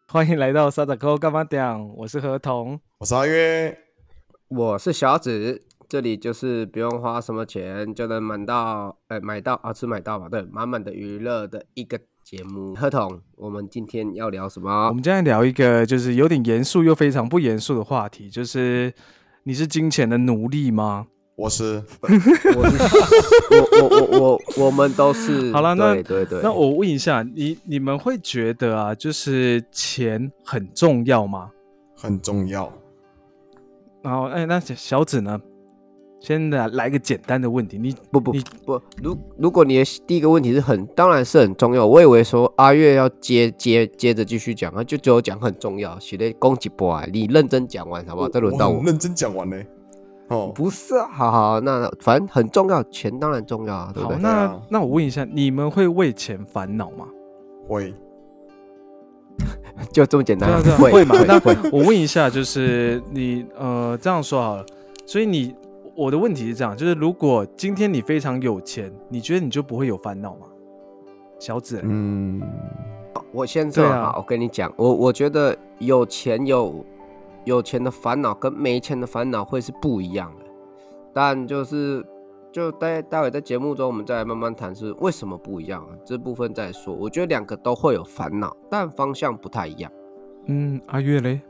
欢迎来到沙达沟干嘛讲，我是何童， 我是阿月， 我是小紫，这里就是不用花什么钱就能买到吧？对，满满的娱乐的一个节目。何童，我们今天要聊什么？ 我们今天聊一个就是有点严肃又非常不严肃的话题，就是你是金钱的奴隶吗？ 我是， 我们都是。 好了，那对， 那我问一下，你们会觉得啊，就是钱很重要吗？ 很重要。 然后，那小紫呢？先来个简单的问题， 如果你的第一个问题是当然是很重要。我以为说阿月要接着继续讲，他就只有讲很重要，写的攻击波你认真讲完好不好？再轮到我。 认真讲完呢。哦， 不是啊，好，那反正很重要，钱当然重要啊，对不对？ 好，那我问一下，你们会为钱烦恼吗？ 会， 就这么简单， 会吗？那我问一下，就是你这样说好了，所以我的问题是这样，就是如果今天你非常有钱，你觉得你就不会有烦恼吗？小紫， 我先说好，我跟你讲，我觉得有钱的烦恼跟没钱的烦恼会是不一样的，但就待会在节目中我们再来慢慢谈是为什么不一样这部分再说。我觉得两个都会有烦恼，但方向不太一样。 阿月嘞？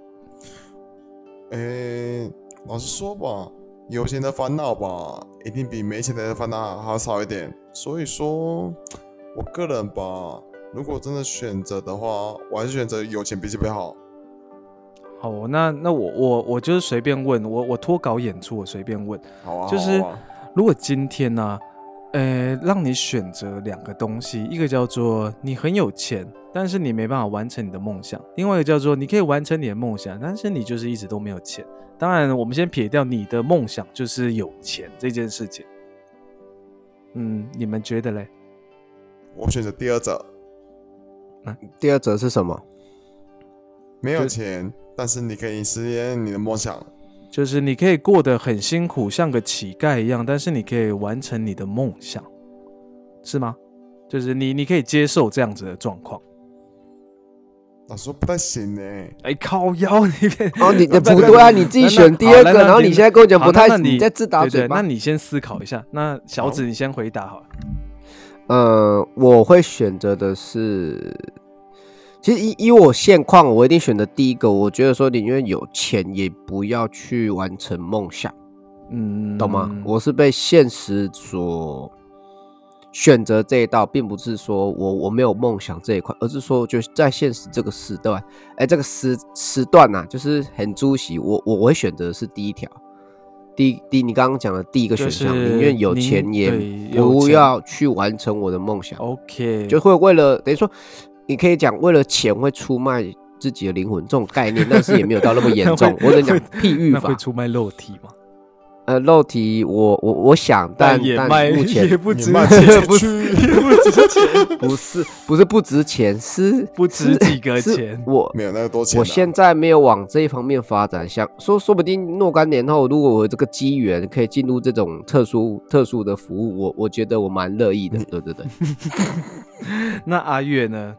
老实说吧，有钱的烦恼吧，一定比没钱的烦恼还要少一点。所以说，我个人吧，如果真的选择的话，我还是选择有钱比较好。 好，那我就是随便问，我脱稿演出，我随便问。 好啊， 就是如果今天呢，让你选择两个东西，一个叫做你很有钱，但是你没办法完成你的梦想；另外一个叫做你可以完成你的梦想，但是你就是一直都没有钱。当然，我们先撇掉你的梦想就是有钱这件事情。你们觉得嘞？ 我选择第二者。 第二者是什么？ 没有钱，但是你可以实现你的梦想。 就是你可以过得很辛苦，像个乞丐一样，但是你可以完成你的梦想，是吗？就是你可以接受这样子的状况。 老实说不太行呢。 靠腰你不对啊，你自己选第二个，然后你现在跟我讲不太行，你在自打嘴巴。 那你先思考一下。那小紫，你先回答好了。我会选择的是。其实以我现况，我一定选择第一个。我觉得说宁愿有钱也不要去完成梦想，懂吗？我是被现实所选择这一道，并不是说我没有梦想这一块，而是说就是在现实这个时段，这个时段啊，就是很猪喜。我会选择的是第一条，你刚刚讲的第一个选项，宁愿有钱也不要去完成我的梦想。 OK， 就会为了等于说。你可以讲为了钱会出卖自己的灵魂这种概念，但是也没有到那么严重。我只讲譬喻法。 那会出卖肉体吗？ 肉体我想，但目前也不值钱， 不值钱， 不是不值钱，是不值几个钱。 我没有那个多钱。 我现在没有往这一方面发展，说不定若干年后，如果我有这个机缘可以进入这种特殊的服务，我觉得我蛮乐意的。对。 那阿月呢？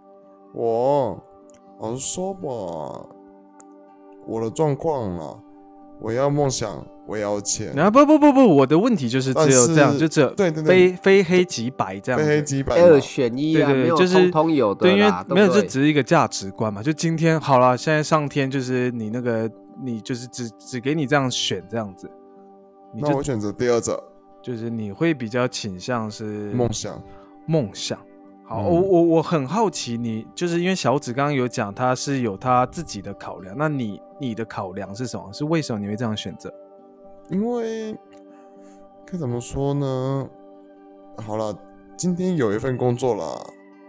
老实说吧，我的状况啊，我要梦想，我要钱。 不，我的问题就是只有这样，就只有对非黑即白这样子， 非黑即白二选一啊， 对， 没有就是通有的， 对，因为没有， 对这只是一个价值观嘛。就今天好了，现在上天就是你就是只给你这样选这样子。 那我选择第二者， 就是你会比较倾向是梦想。 好，我很好奇你，就是因为小紫刚刚有讲他是有他自己的考量，那你的考量是什么？是为什么你会这样选择？ 因为该怎么说呢？好了，今天有一份工作啦，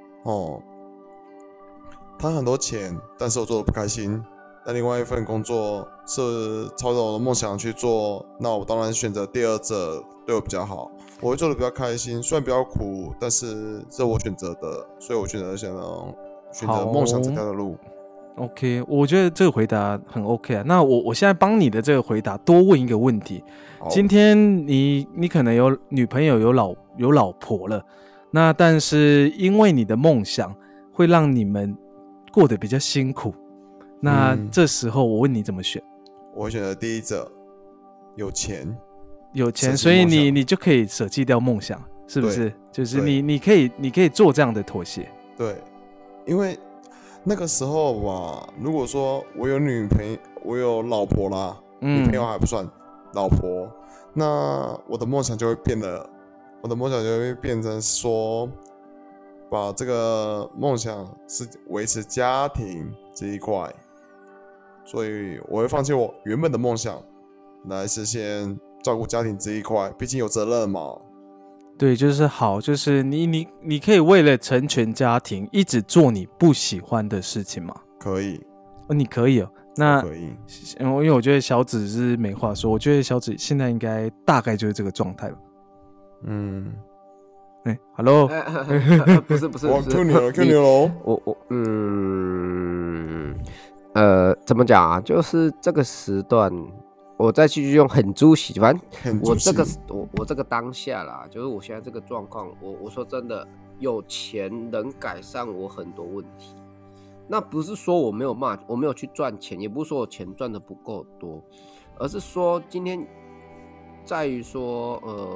他很多钱，但是我做的不开心。但另外一份工作是朝着我的梦想去做，那我当然选择第二者对我比较好，我会做的比较开心，虽然比较苦，但是这是我选择的，所以我选择梦想这条的路。 OK， 我觉得这个回答很 OK 啊。那我现在帮你的这个回答多问一个问题：今天你可能有女朋友有老婆了，那但是因为你的梦想会让你们过得比较辛苦。那这时候我问你怎么选？ 我会选择第一者，有钱， 所以你就可以舍弃掉梦想，是不是？就是你可以做这样的妥协。 对，因为那个时候吧，如果说我有女朋友，我有老婆啦，女朋友还不算，老婆，那我的梦想就会变了，我的梦想就会变成说，把这个梦想是维持家庭这一块，所以我会放弃我原本的梦想，来实现照顾家庭这一块，毕竟有责任嘛。 对，就是好，就是你可以为了成全家庭，一直做你不喜欢的事情吗？ 可以， 你可以哦。那可以， 因为我觉得小紫是没话说，我觉得小紫现在应该大概就是这个状态吧。Hello， 不是， 我 Q 你了，Q 你了。 怎么讲啊？就是这个时段。我再继续用很猪喜，反正我这个当下啦，就是我现在这个状况，我说真的，有钱能改善我很多问题。那不是说我没有去赚钱，也不是说我钱赚的不够多，而是说今天在于说，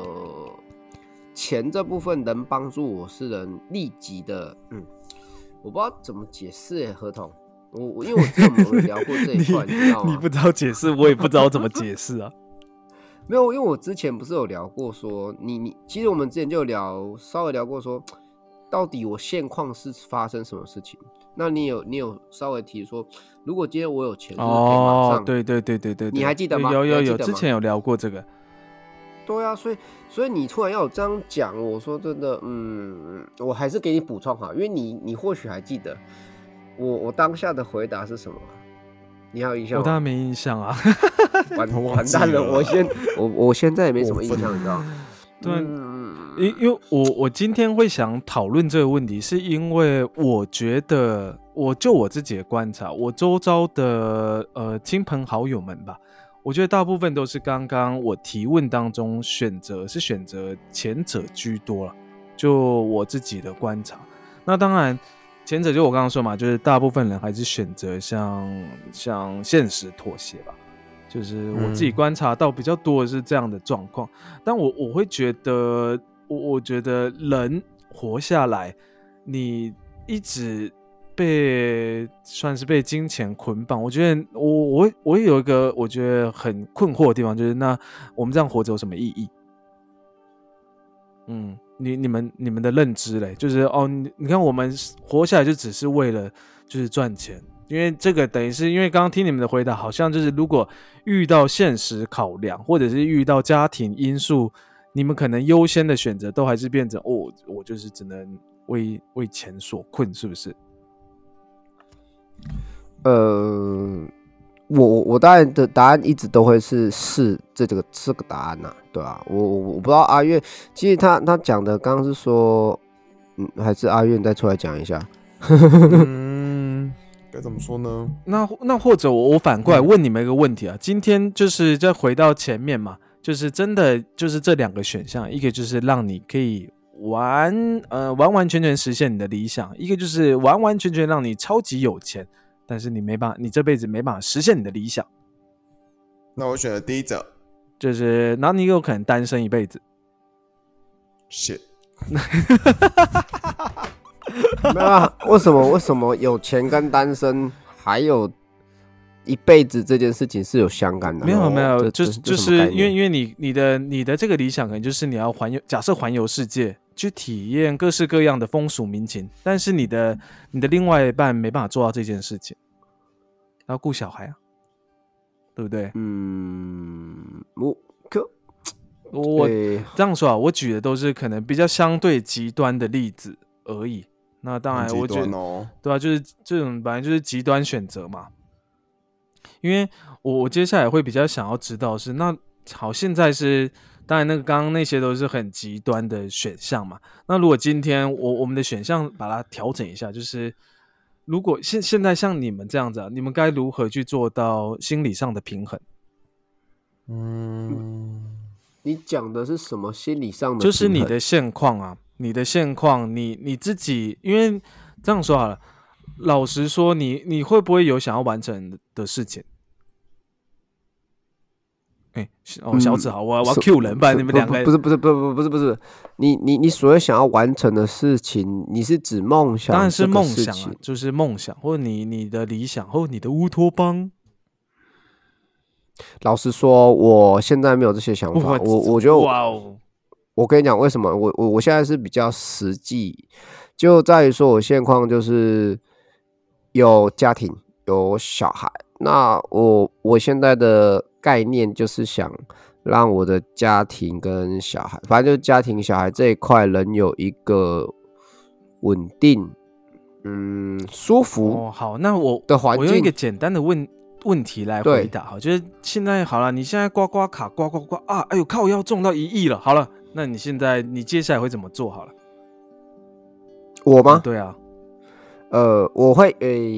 钱这部分能帮助我是能立即的，我不知道怎么解释合同。因为我之前没有聊过这一块，你知道吗？ 你不知道解释，我也不知道怎么解释啊。 没有，因为我之前不是有聊过说，其实我们之前就稍微聊过说，到底我现况是发生什么事情？那你有稍微提说，如果今天我有钱，是不是可以马上？ 对， 你还记得吗？ 有，之前有聊过这个。 对啊，所以你突然要有这样讲，我说真的，我还是给你补充好，因为你或许还记得。我当下的回答是什么？你还有印象吗？ 我当然没印象啊， 完蛋了！我现在也没什么印象，你知道吗？ 对，因为我今天会想讨论这个问题，是因为我觉得，我自己的观察，我周遭的亲朋好友们吧，我觉得大部分都是刚刚我提问当中选择前者居多了，就我自己的观察。那当然。前者就我刚刚说嘛，就是大部分人还是选择像现实妥协吧，就是我自己观察到比较多的是这样的状况。但我会觉得，我觉得人活下来，你一直算是被金钱捆绑，我觉得我有一个我觉得很困惑的地方，就是那我们这样活着有什么意义？你们的认知嘞，就是你看我们活下来就只是为了就是赚钱，因为这个等于是因为刚刚听你们的回答，好像就是如果遇到现实考量，或者是遇到家庭因素，你们可能优先的选择都还是变成我就是只能为钱所困，是不是？ 我当然的答案一直都会是这个答案呐，对吧？我不知道阿月，其实他讲的刚刚是说，还是阿月再出来讲一下。 该怎么说呢？ 那或者我反过来问你们一个问题啊，今天就是再回到前面嘛，就是真的就是这两个选项，一个就是让你可以完完全全实现你的理想，一个就是完完全全让你超级有钱。但是你这辈子没办法实现你的理想， 那我选择第一者， 就是然后你有可能单身一辈子。 shit 没有啊？为什么有钱跟单身还有一辈子这件事情是有相干的？ 没有，就是因为你的这个理想可能就是你要假设环游世界。去体验各式各样的风俗民情，但是你的另外一半没办法做到这件事情，要顾小孩啊，对不对？我这样说啊，我举的都是可能比较相对极端的例子而已。那当然，我觉得对啊，就是这种本来就是极端选择嘛。因为我接下来会比较想要知道的是，那好，现在是。当然，刚刚那些都是很极端的选项嘛。那如果今天我们的选项把它调整一下，就是如果现在像你们这样子啊，你们该如何去做到心理上的平衡？ 你讲的是什么心理上的平衡？ 就是你的现况啊，你的现况，你自己，因为这样说好了， 老实说，你会不会有想要完成的事情？小子好，我要 Q 人，不然你们两个不是，你所谓想要完成的事情，你是指梦想？ 当然是梦想啊，就是梦想，或者你的理想，或者你的乌托邦。 老实说，我现在没有这些想法。我觉得， 哇哦， 我跟你讲为什么？我现在是比较实际，就在于说我现况就是有家庭有小孩。那我现在的概念就是想让我的家庭跟小孩，反正就是家庭小孩这一块能有一个稳定、舒服好，那我的环境。 我用一个简单的问题来回答，好，就是现在好了，你现在刮刮卡刮啊，哎呦靠，要中到1亿了，好了，那你接下来会怎么做？好了， 我吗？ 对啊， 我会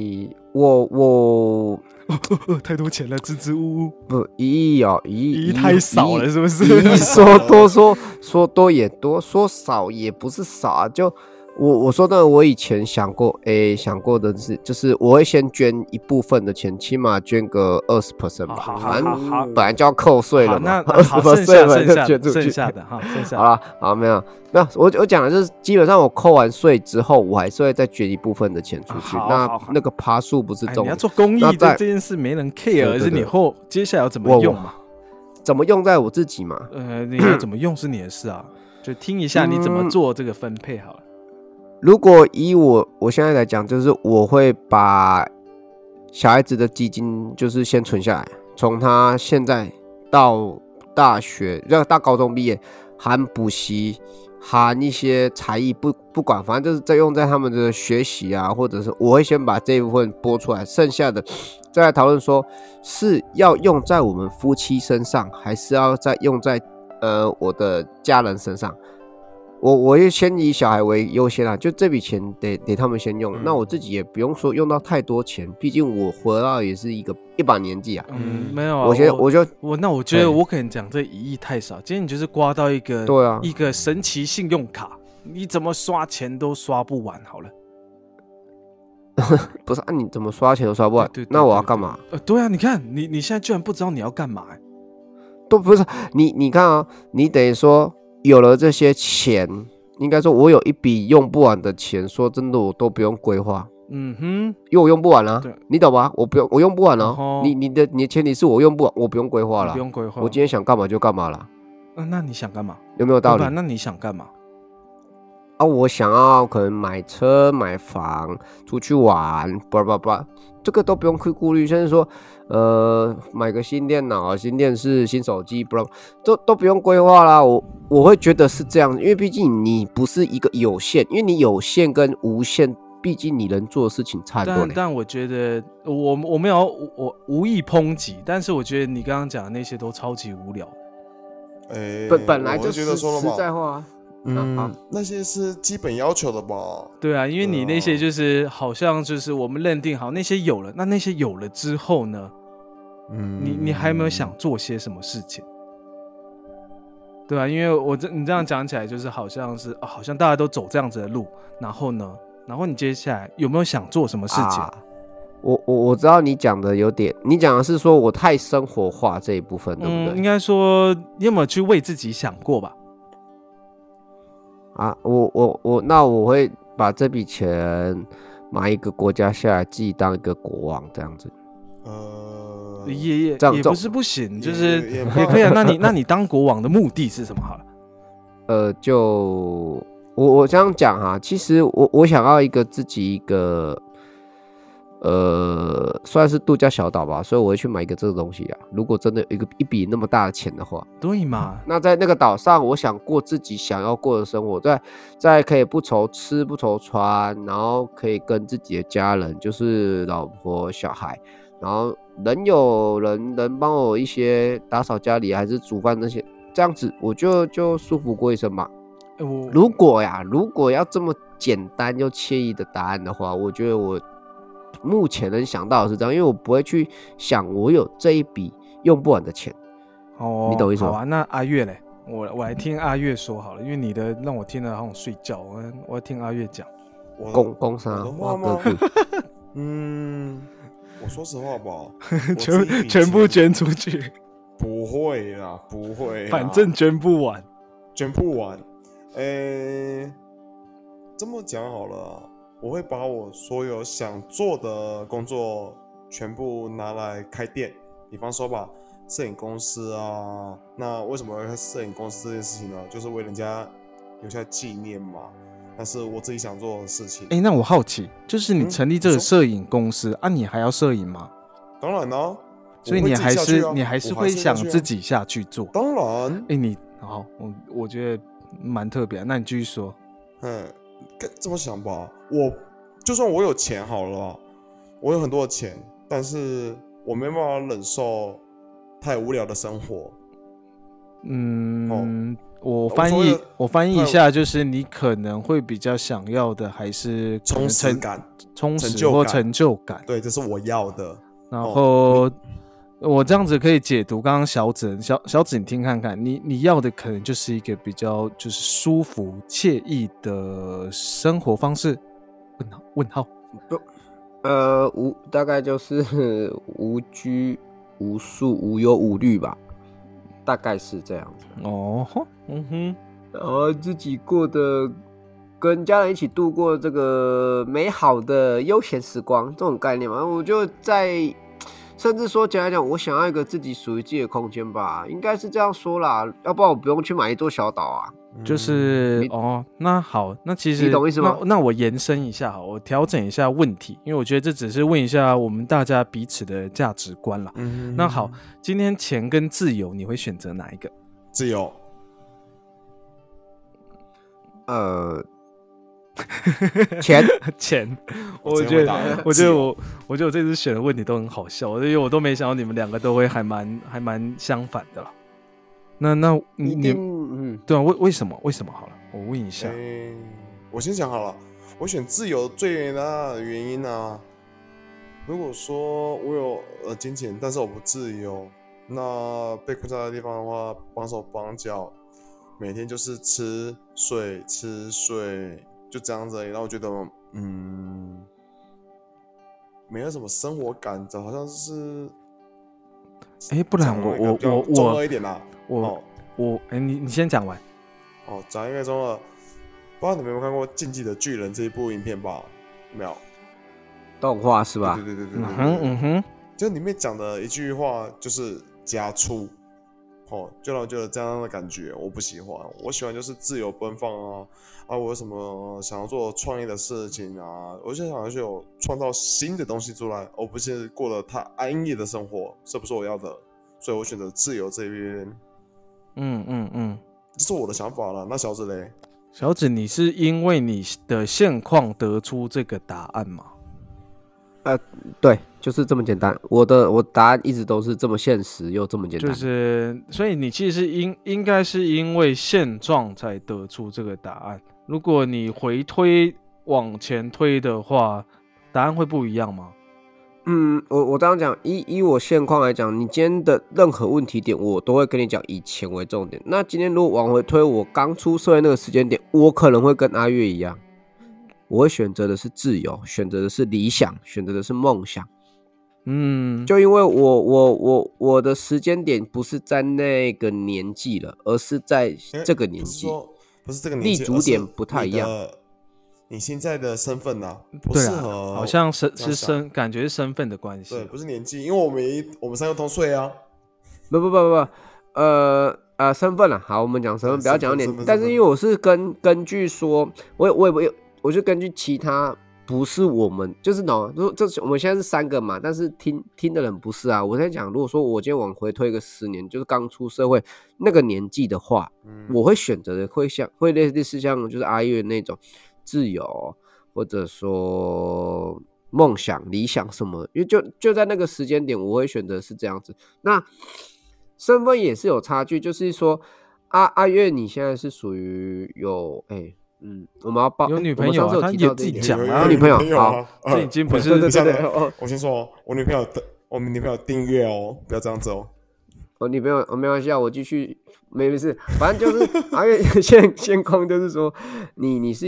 我太多钱了，支支吾吾。 不，1亿哦，1亿太少了，是不是 ？1亿说多说多也多，说少也不是少啊。就我说的，我以前想过的是，就是我会先捐一部分的钱，起码捐个20% 吧。反正本来就要扣税了嘛。 那好，剩下的哈， 好了，好没有。我讲的就是，基本上我扣完税之后，我还是会再捐一部分的钱出去。那个趴数不是重点。 你要做公益这件事没人 care， 而是你接下来要怎么用嘛？ 怎么用在我自己嘛？ 你要怎么用是你的事啊，就听一下你怎么做这个分配好了。 如果以我现在来讲，就是我会把小孩子的基金就是先存下来，从他现在到大学，到高中毕业，含补习，含一些才艺，不管，反正就是在用在他们的学习啊，或者是我会先把这一部分拨出来，剩下的再来讨论说是要用在我们夫妻身上，还是要再用在我的家人身上。我会先以小孩为优先啊，就这笔钱得他们先用，那我自己也不用说用到太多钱，毕竟我活到也是一把年纪啊。 没有啊，我觉得我可能讲这1亿太少，今天你就是刮到一个神奇信用卡，你怎么刷钱都刷不完好了。 不是啊，你怎么刷钱都刷不完？那我要干嘛？ 对啊，你看你现在居然不知道你要干嘛都不是你看啊，你等于说。有了这些钱，应该说我有一笔用不完的钱，说真的我都不用规划，因为我用不完啊，你懂吧？我用不完啊，你的前提是我用不完，我不用规划了， 不用规划， 我今天想干嘛就干嘛了。 那你想干嘛？ 有没有道理？ 那你想干嘛？ 啊，我想要可能买车、买房、出去玩，这个都不用去顾虑。甚至说，买个新电脑、新电视、新手机，都不用规划啦。我会觉得是这样，因为毕竟你不是一个有限，因为你有限跟无限，毕竟你能做的事情差很多。 但我觉得我没有我无意抨击，但是我觉得你刚刚讲的那些都超级无聊。 本来就实在话。 那些是基本要求的吧？ 对啊，因为你那些就是好像就是我们认定好那些有了，那些有了之后呢？你还有没有想做些什么事情？对啊，因为你这样讲起来就是好像大家都走这样子的路，然后呢，然后你接下来有没有想做什么事情？ 我知道你讲的有点，你讲的是说我太生活化这一部分，对不对？ 应该说你有没有去为自己想过吧？ 那我会把这笔钱买一个国家下来，自己当一个国王这样子。 也不是不行，就是也可以啊。那你当国王的目的是什么？好了， 就我这样讲哈，其实我想要自己一个。算是度假小岛吧，所以我会去买一个这个东西啊。如果真的有一笔那么大的钱的话， 对嘛？ 那在那个岛上，我想过自己想要过的生活，在可以不愁吃不愁穿，然后可以跟自己的家人，就是老婆小孩，然后有人能帮我一些打扫家里还是煮饭那些，这样子我就舒服过一生吧。如果要这么简单又惬意的答案的话，我觉得我目前能想到的是这样，因为我不会去想我有这一笔用不完的钱。你懂我意思吗？ 好啊，那阿月嘞，我来听阿月说好了，因为你的让我听了好想睡觉，我要听阿月讲。 工商话吗？ 我说实话吧， 全部捐出去， 不会啦，不会啦， 反正捐不完。 捐不完。这么讲好了啊，我会把我所有想做的工作全部拿来开店。比方说吧，摄影公司啊，那为什么会开摄影公司这件事情呢？就是为人家留下纪念嘛。那是我自己想做的事情。 那我好奇，就是你成立这个摄影公司啊，你还要摄影吗？ 当然啦、啊， 所以你还是会想自己己下去做。 当然， 你好，我觉得蛮特别。那你继续说。 这么想吧，就算我有钱好了，我有很多的钱，但是我没办法忍受太无聊的生活。 我翻译一下，就是你可能会比较想要的还是充实感、 充实或成就感。 对，这是我要的。 然后我这样子可以解读刚刚小子，你听看看，你要的可能就是一个比较就是舒服惬意的生活方式。问号。 大概就是无拘无束、无忧无虑吧，大概是这样子。然后自己过得跟家人一起度过这个美好的悠闲时光，这种概念嘛，我就甚至说简单讲，我想要一个自己属于自己的空间吧，应该是这样说啦，要不然我不用去买一座小岛啊。 就是那好，那其实你懂意思吗？ 那我延伸一下，我调整一下问题，因为我觉得这只是问一下我们大家彼此的价值观啦。那好，今天钱跟自由，你会选择哪一个？ 自由。 钱，我觉得我这次选的问题都很好笑，因为我都没想到你们两个都会还蛮相反的啦。那你对啊，为什么好了？我问一下。 我先讲好了，我选自由最大的原因啊，如果说我有金钱，但是我不自由，那被困在的地方的话，绑手绑脚，每天就是吃睡，就这样子而已。然后我觉得没有什么生活感，好像是不然我中二一点啦。 你先讲完。 讲一个中二，不知道你们有没有看过《进击的巨人》这一部影片吧？没有？ 动画是吧？ 对，就里面讲的一句话就是家畜，就让我觉得这样的感觉我不喜欢。我喜欢就是自由奔放啊，我有什么想要做创业的事情啊，我就想要去有创造新的东西出来，而不是过得太安逸的生活，这不是我要的，所以我选择自由这边。这是我的想法啦。那小子嘞？ 小子，你是因为你的现况得出这个答案吗？ 对，就是这么简单。我答案一直都是这么现实又这么简单。 所以你其实应该是因为现状才得出这个答案。如果你回推往前推的话，答案会不一样吗？ 我这样讲，以我现况来讲，你今天的任何问题点，我都会跟你讲以钱为重点。那今天如果往回推，我刚出社会那个时间点，我可能会跟阿月一样，我会选择的是自由，选择的是理想，选择的是梦想。就因为我的时间点不是在那个年纪了，而是在这个年纪， 不是这个年纪， 立足点不太一样。 你现在的身份不适合， 好像是感觉是身份的关系， 对，不是年纪，因为我们三个同岁啊。 不，身份啦，好，我们讲身份，不要讲年纪。但是因为我是根据说，我就根据其他不是我们，就是这我们现在是3个嘛，但是听的人不是啊。我在讲，如果说我今天往回推个10年，就是刚出社会那个年纪的话，我会选择的会类似像就是阿月那种。自由，或者说梦想、理想什么，因为就在那个时间点，我会选择是这样子。那身份也是有差距，就是说阿月，你现在是属于有我们要报有女朋友他也自己讲啊，有女朋友，好， 这已经不是对。 我先说，我女朋友订阅哦，不要这样子哦。 我女朋友，没关系啊，我继续，没事，反正就是阿月现况就是说，你是。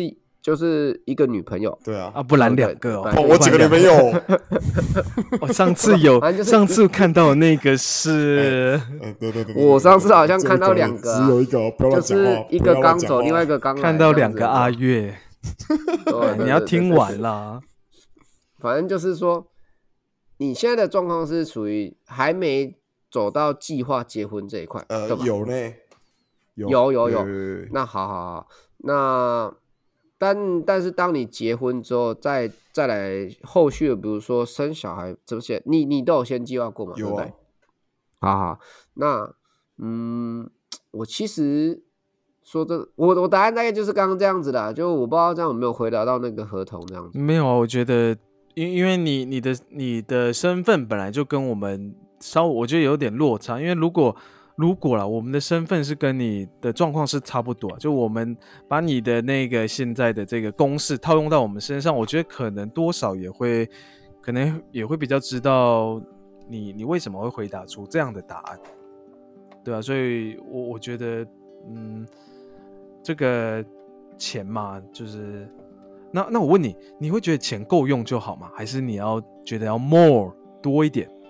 就是一个女朋友。 对啊， 啊，不然2个哦。 我几个女朋友？ 我上次有，上次看到那个是， 对， 我上次好像看到2个， 只有一个，不要乱讲话， 就是一个刚走，另外一个刚来， 看到2个阿月， 对， 你要听完啦。 反正就是说，你现在的状况是属于还没走到计划结婚这一块，对吧？ 有呢， 有。那好，那但是当你结婚之后，再来后续的，比如说生小孩这些，你都有先计划过吗？ 有啊。 对不对？好，那我其实说真的，我答案大概就是刚刚这样子的，就我不知道这样有没有回答到那个合同这样子。 没有啊，我觉得因为你的身份本来就跟我们我觉得有点落差，因为如果啦，我们的身份是跟你的状况是差不多，就我们把你的那个现在的这个公式套用到我们身上，我觉得可能多少可能也会比较知道你为什么会回答出这样的答案，对啊，所以我觉得这个钱嘛，就是那我问你，你会觉得钱够用就好吗？还是你要觉得要 more 多一点？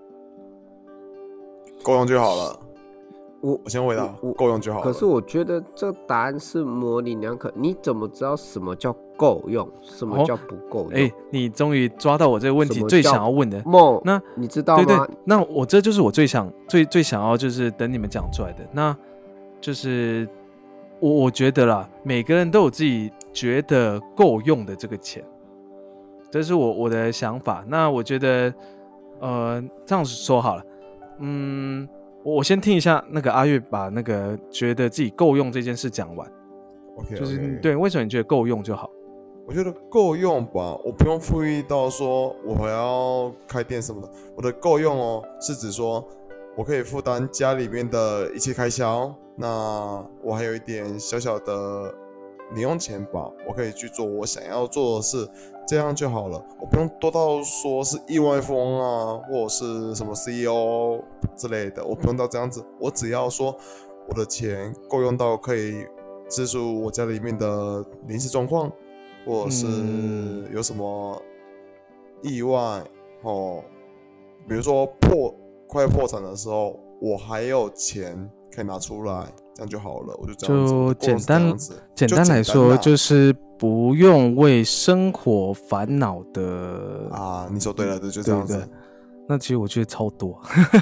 够用就好了。 我先回答，够用就好了。 可是我觉得这个答案是模棱两可，你怎么知道什么叫够用，什么叫不够用？ 你终于抓到我这个问题最想要问的。那你知道吗？ 对，那这就是我最想要，就是等你们讲出来的。那就是我觉得啦，每个人都有自己觉得够用的这个钱，这是我的想法。那我觉得，这样说好了，我先听一下那个阿月把那个觉得自己够用这件事讲完。 OK， 就是对，为什么你觉得够用就好？ 我觉得够用吧，我不用富裕到说我还要开店什么的。我的够用哦，是指说我可以负担家里面的一切开销，那我还有一点小小的零用钱吧，我可以去做我想要做的事，这样就好了。我不用多到说是亿万富翁啊，或者是什么 CEO 之类的，我不用到这样子。我只要说我的钱够用到可以支付我家里面的临时状况，或者是有什么意外比如说快破产的时候，我还有钱可以拿出来，这样就好了。我就这样子， 就简单来说，就是不用为生活烦恼的啊。你说对了，就这样子。 对，那其实我觉得超多，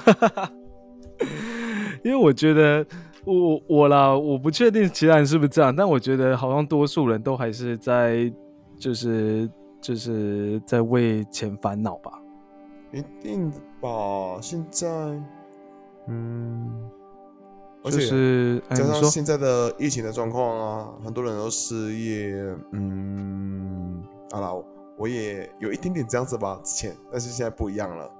因为我觉得我不确定其他人是不是这样，但我觉得好像多数人都还是在就是在为钱烦恼吧。 一定的吧，现在而且加上现在的疫情的状况啊，很多人都失业，好啦，我也有一点点这样子吧，之前，但是现在不一样了。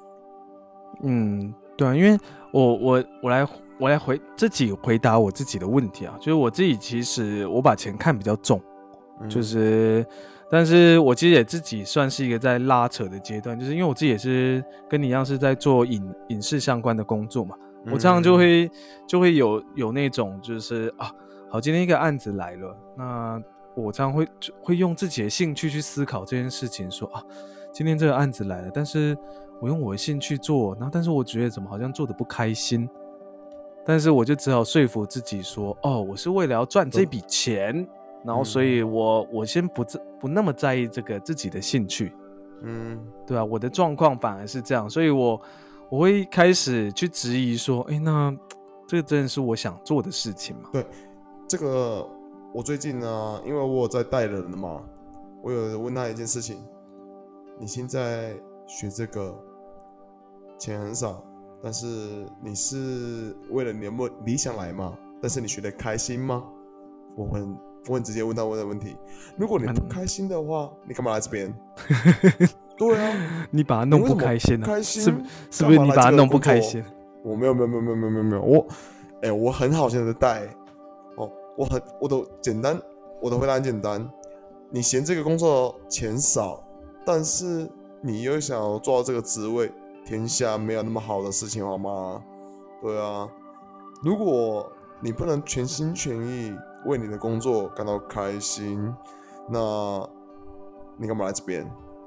对啊，因为我来自己回答我自己的问题啊，就是我自己其实我把钱看比较重，就是但是我其实也自己算是一个在拉扯的阶段，就是因为我自己也是跟你一样是在做影视相关的工作嘛，我这样就会有那种就是好，今天一个案子来了，那我常常会用自己的兴趣去思考这件事情，说今天这个案子来了，但是我用我的兴趣做，然后但是我觉得怎么好像做得不开心，但是我就只好说服自己说，我是为了要赚这笔钱。然后，所以我先不那么在意这个自己的兴趣，对啊，我的状况反而是这样，所以我会开始去质疑说，那这个真的是我想做的事情吗？ 对，这个我最近呢，因为我有在带人嘛，我有问他一件事情：你现在学这个钱很少，但是你是为了你的理想来吗？但是你学得开心吗？我很直接问他问的问题，如果你不开心的话，你干嘛来这边？对啊， 你把它弄不开心啊？ 开心是不是你把它弄不开心？ 我没有，我很好现在带我的回答很简单，你嫌这个工作钱少，但是你又想要做到这个职位，天下没有那么好的事情好吗？对啊，如果你不能全心全意为你的工作感到开心， 那你干嘛来这边？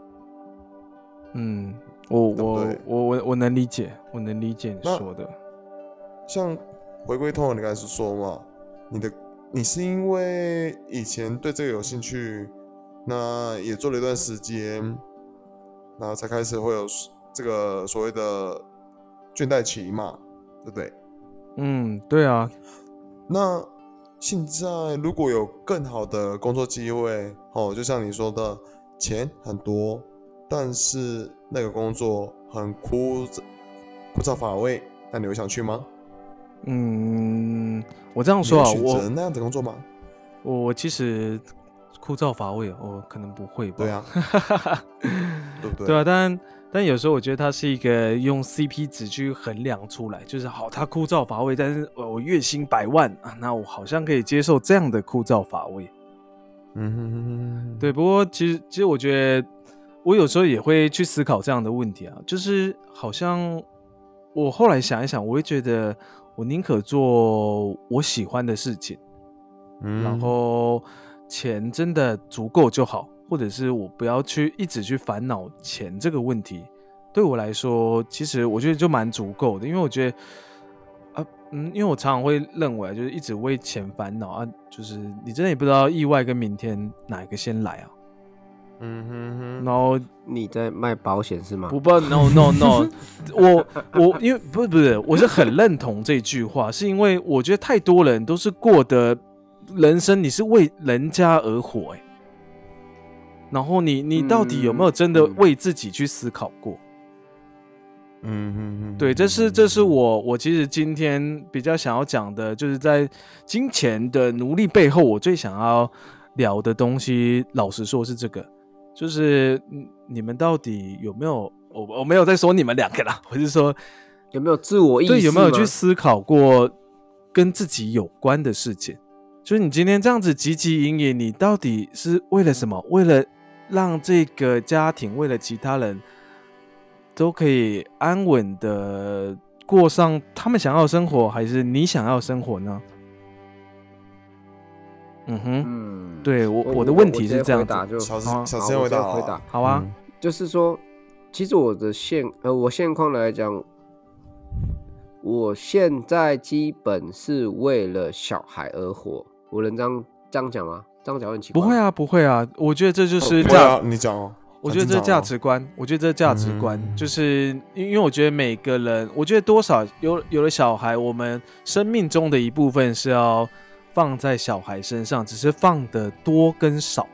嗯， 对不对我能理解，我能理解你说的。 像回归通，你刚才是说嘛，你是因为以前对这个有兴趣，那也做了一段时间，然后才开始会有这个所谓的倦怠期嘛，对不对？ 嗯，对啊， 那现在如果有更好的工作机会，就像你说的，钱很多，但是那个工作很枯燥乏味，那你会想去吗？ 嗯，我这样你说啊， 会选择那样的工作吗？ 我其实枯燥乏味，我可能不会吧。 对啊，对不对？ 对啊，但有时候我觉得它是一个用 CP 值去衡量出来，就是好，它枯燥乏味，但是我月薪100万啊，那我好像可以接受这样的枯燥乏味。 嗯哼哼哼， 对，不过其实我觉得我有时候也会去思考这样的问题啊，就是好像我后来想一想，我会觉得我宁可做我喜欢的事情，然后钱真的足够就好，或者是我不要去一直去烦恼钱这个问题。对我来说，其实我觉得就蛮足够的，因为我觉得因为我常常会认为，就是一直为钱烦恼啊，就是你真的也不知道意外跟明天哪一个先来啊。 嗯哼哼， 然后你在卖保险是吗？ 不 no， 我因为不是，我是很认同这句话，是因为我觉得太多人都是过的人生，你是为人家而活然后你到底有没有真的为自己去思考过？ 嗯哼哼， 对，这是我其实今天比较想要讲的，就是在金钱的奴隶背后，我最想要聊的东西，老实说是这个，就是你们到底有没有？我没有在说你们两个啦，我是说有没有自我意识？ 对，有没有去思考过跟自己有关的事情？就是你今天这样子汲汲营营，你到底是为了什么？为了让这个家庭，为了其他人都可以安稳的过上他们想要的生活，还是你想要的生活呢？对，我的问题是这样子。 小时间回答， 好啊， 就是说，其实我现况来讲，我现在基本是为了小孩而活。我能这样讲吗？这样讲很奇怪。 不会啊，我觉得这就是你讲哦。 我觉得这价值观，就是因为我觉得每个人，我觉得多少有了小孩，我们生命中的一部分是要放在小孩身上，只是放的多跟少。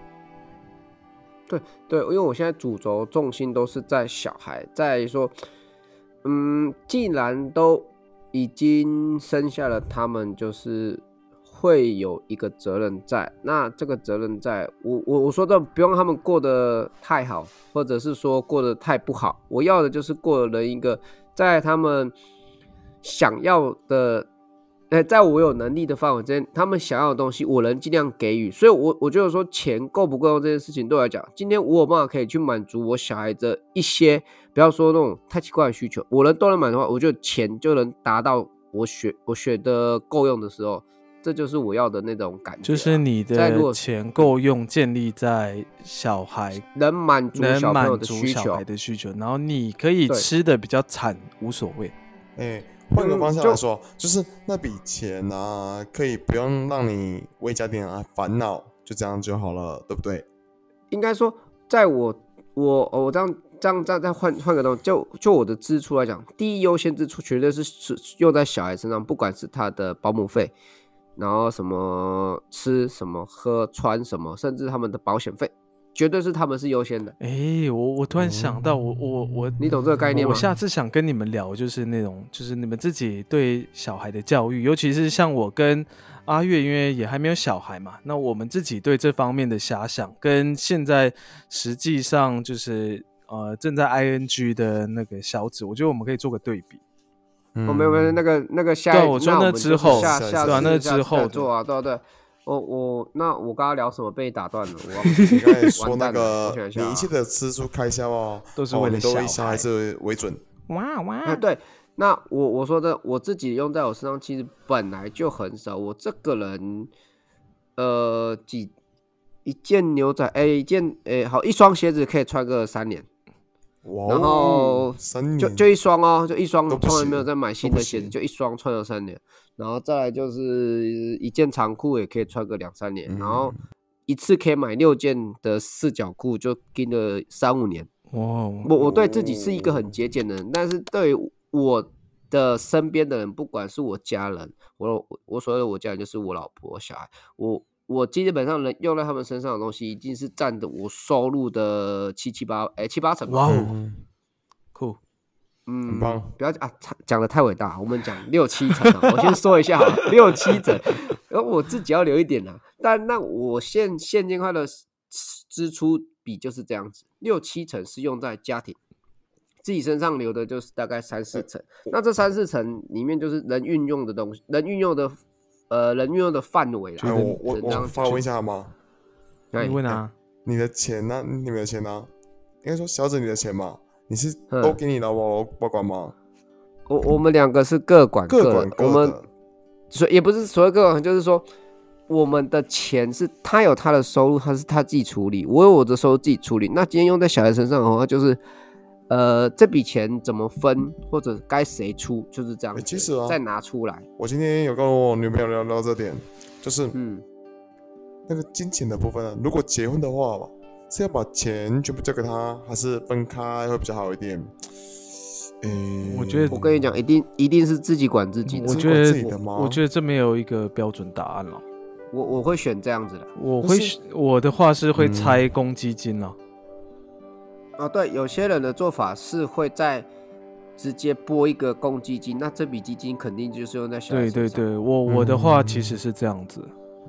对，因为我现在主轴重心都是在小孩，在说，既然都已经生下了他们，就是会有一个责任在。那这个责任在，我说的不用他们过得太好，或者是说过得太不好，我要的就是过了一个在他们想要的。在我有能力的范围之内，他们想要的东西，我能尽量给予。所以我觉得说钱够不够用这件事情，对我来讲，今天我有办法可以去满足我小孩的一些，不要说那种太奇怪的需求，我都能满足的话，我觉得钱就能达到我学的够用的时候，这就是我要的那种感觉。 就是你的钱够用，建立在小孩能满足小朋友的需求， 小孩的需求，然后你可以吃的比较惨，无所谓。 换个方向来说，就是那笔钱啊，可以不用让你为家庭烦恼，就这样就好了，对不对？ 应该说，在我这样再换个东西，就我的支出来讲，第一优先支出绝对是用在小孩身上，不管是他的保姆费，然后什么吃什么喝穿什么，甚至他们的保险费。绝对是他们是优先的。 我突然想到， 你懂这个概念吗？ 我下次想跟你们聊，就是那种，就是你们自己对小孩的教育，尤其是像我跟阿月，因为也还没有小孩嘛，那我们自己对这方面的遐想，跟现在实际上就是正在 ING 的那个小子，我觉得我们可以做个对比。 没有那个下一， 我说那之后， 那之后做啊，对。那我刚刚聊什么被打断了？ 你刚才说那个你一切的支出开销都是为了都以小孩子为准。 哇！ 对，那我说的我自己用在我身上，其实本来就很少。我这个人， 一件牛仔，好，一双鞋子可以穿个3年， 哇然后 3年就一双哦，就一双， 都不行从来没有再买新的鞋子， 都不行就一双穿了3年，然后再来就是一件长裤也可以穿个2、3年，然后一次可以买6件的4角裤，就跟了3、5年。 哇， 我对自己是一个很节俭的人，但是对于我的身边的人，不管是我家人，我所谓的我家人就是我老婆、小孩，我基本上能用在他们身上的东西，一定是占的我收入的7、8成吧。 哇哦，酷， 很棒。 不要讲的太伟大，我们讲6、7成啊。我先说一下好了，6、7成，然后我自己要留一点啦。但那我现金块的支出比就是这样子，6、7成是用在家庭，自己身上留的就是大概3、4成。那这3、4成里面就是人运用的东西，人运用的范围啦。 我发问一下好吗？ 你问啊？ 你的钱呢？你们的钱呢？应该说小子你的钱嘛，你是都给你老婆保管吗？ 我们2个是各管的，我们也不是所谓各管，就是说我们的钱是他有他的收入，他是他自己处理，我有我的收入自己处理。那今天用在小孩身上的话，就是这笔钱怎么分，或者该谁出，就是这样子。 其实啊， 再拿出来。 我今天有跟我女朋友聊这点，就是那个金钱的部分啊，如果结婚的话吧，是要把钱全部交给他，还是分开会比较好一点？ 我觉得我跟你讲，一定是自己管自己的。 我觉得这没有一个标准答案了。 我会选这样子的。 我的话是会拆公积金了。 对，有些人的做法是会在直接拨一个公积金，那这笔基金肯定就是用在小孩身上。 对，我的话其实是这样子。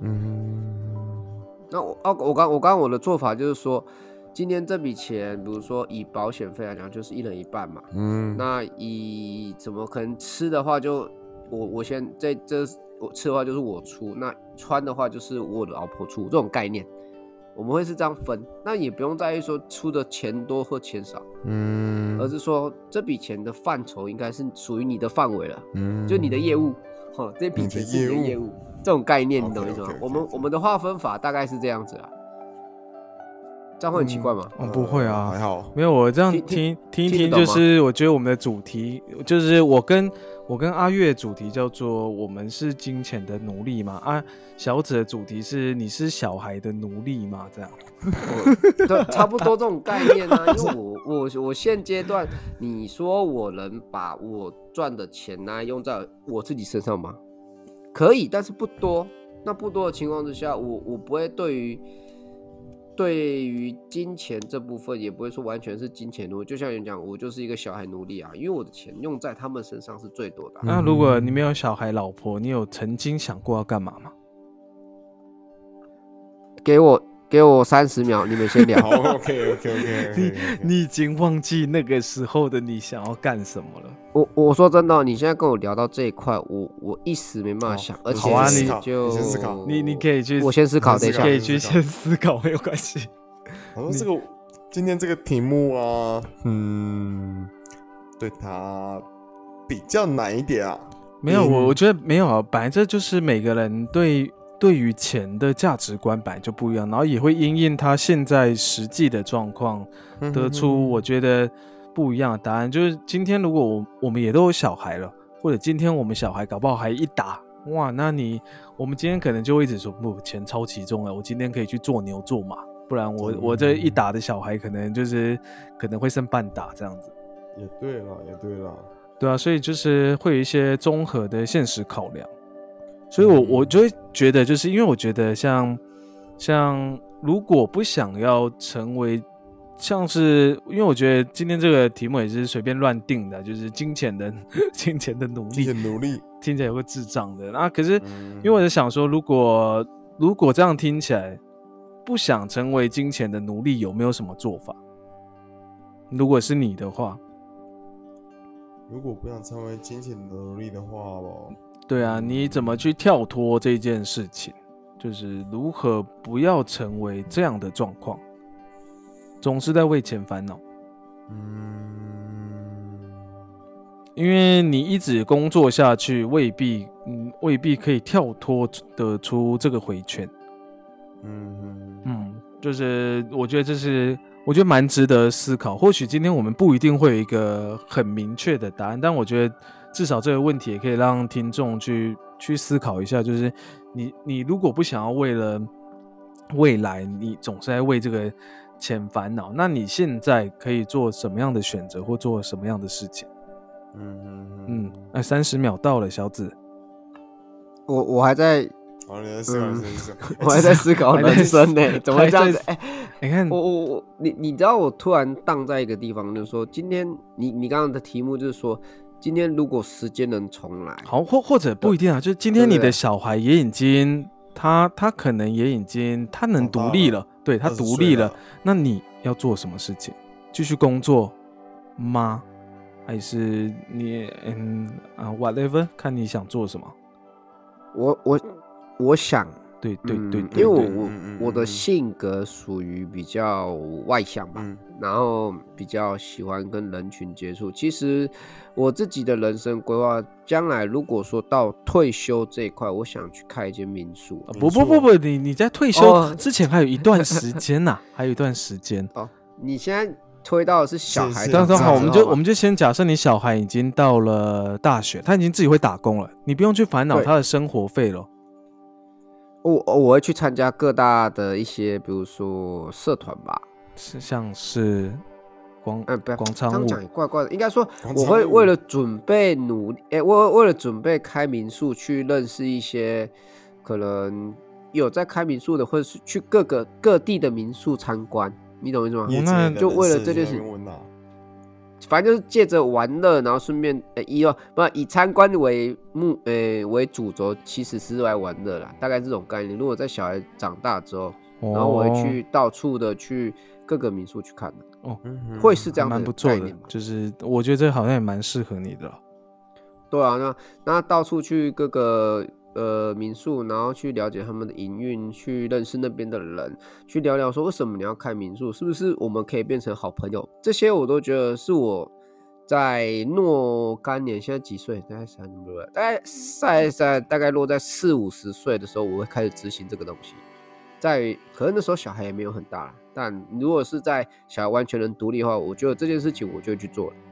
那我刚我的做法就是说，今天这笔钱，比如说以保险费来讲，就是1人1半嘛。那以怎么可能吃的话就，我先我吃的话就是我出，那穿的话就是我的老婆出，这种概念。我们会是这样分，那也不用在意说出的钱多或钱少，而是说这笔钱的范畴应该是属于你的范围了，就你的业务，这笔钱是你的业务，这种概念你懂意思吗？我们的划分法大概是这样子啊，这样会很奇怪吗？ 不会啊， 还好， 没有我这样听一听，就是我觉得我们的主题就是我跟阿月的主题叫做我们是金钱的奴隶嘛，小子的主题是你是小孩的奴隶嘛，这样， 对，差不多这种概念啊。因为我现阶段，你说我能把我赚的钱用在我自己身上吗？可以，但是不多。那不多的情况之下，我不会对于金钱这部分，也不会说完全是金钱奴。就像你讲，我就是一个小孩奴隶啊，因为我的钱用在他们身上是最多的。 那如果你没有小孩老婆，你有曾经想过要干嘛吗？ 给我30秒，你们先聊。 好 ，OK。 你已经忘记那个时候的你想要干什么了。 我说真的，你现在跟我聊到这一块，我一时没办法想，而且你先思考， 你可以去， 我先思考，等一下， 可以去先思考，没有关系。 我说今天这个题目啊，对他比较难一点啊。 没有，我觉得没有啊，本来这就是每个人对于钱的价值观本来就不一样，然后也会因应他现在实际的状况，得出我觉得不一样的答案。就是今天如果我们也都有小孩了，或者今天我们小孩搞不好还一打，哇，那我们今天可能就会一直说不，钱超级重要，我今天可以去做牛做马，不然我这一打的小孩可能会剩半打这样子。 也对了， 对啊，所以就是会有一些综合的现实考量。所以我就会觉得，就是因为我觉得像如果不想要成为像是，因为我觉得今天这个题目也是随便乱定的，就是金钱的奴隶，听起来有个智障的。那可是因为我在想说，如果这样听起来，不想成为金钱的奴隶，有没有什么做法？如果是你的话， 如果不想成为金钱的奴隶的话对啊，你怎么去跳脱这件事情？就是如何不要成为这样的状况，总是在为钱烦恼。因为你一直工作下去，未必就是我觉得蛮值得思考。或许今天我们不一定会有一个很明确的答案，但我觉得至少这个问题也可以让听众去思考一下，就是你如果不想要为了未来你总是在为这个钱烦恼，那你现在可以做什么样的选择或做什么样的事情？30秒到了，小子。 我还在好，你在思考，你在思考。 我还在思考人生呢，怎么会这样子？ 你看， 你知道我突然荡在一个地方，就是说，今天你刚刚的题目就是说，今天如果时间能重来， 好，或者不一定啊，就是今天你的小孩也已经，他可能也已经，他能独立了，对，他独立了，那你要做什么事情？继续工作吗？还是你whatever， 看你想做什么。 我想， 对， 因为我的性格属于比较外向吧，然后比较喜欢跟人群接触。其实我自己的人生规划，将来如果说到退休这一块，我想去开一间民宿。 不，你在退休之前还有一段时间呐，还有一段时间。 哦，你现在推到的是小孩， 好，我们就先假设你小孩已经到了大学，他已经自己会打工了，你不用去烦恼他的生活费了。 我会去参加各大的一些，比如说社团吧， 像是广场舞， 这样讲也怪怪的。应该说，我会为了准备为了准备开民宿，去认识一些可能有在开民宿的，或者是去各地的民宿参观。你懂我意思吗？ 那就为了这件事，反正就是借着玩乐，然后顺便以参观为主轴，其实是来玩乐啦，大概这种概念。如果在小孩长大之后，然后我会去到处的去各个民宿去看的，会是这样的概念吧？ 就是我觉得这好像也蛮适合你的。 对啊，那到处去各个民宿，然后去了解他们的营运，去认识那边的人，去聊聊说为什么你要开民宿，是不是我们可以变成好朋友？这些我都觉得是我在若干年，现在几岁？大概大概落在40-50岁的时候，我会开始执行这个东西。可能那时候小孩也没有很大了，但如果是在小孩完全能独立的话，我觉得这件事情我就会去做了。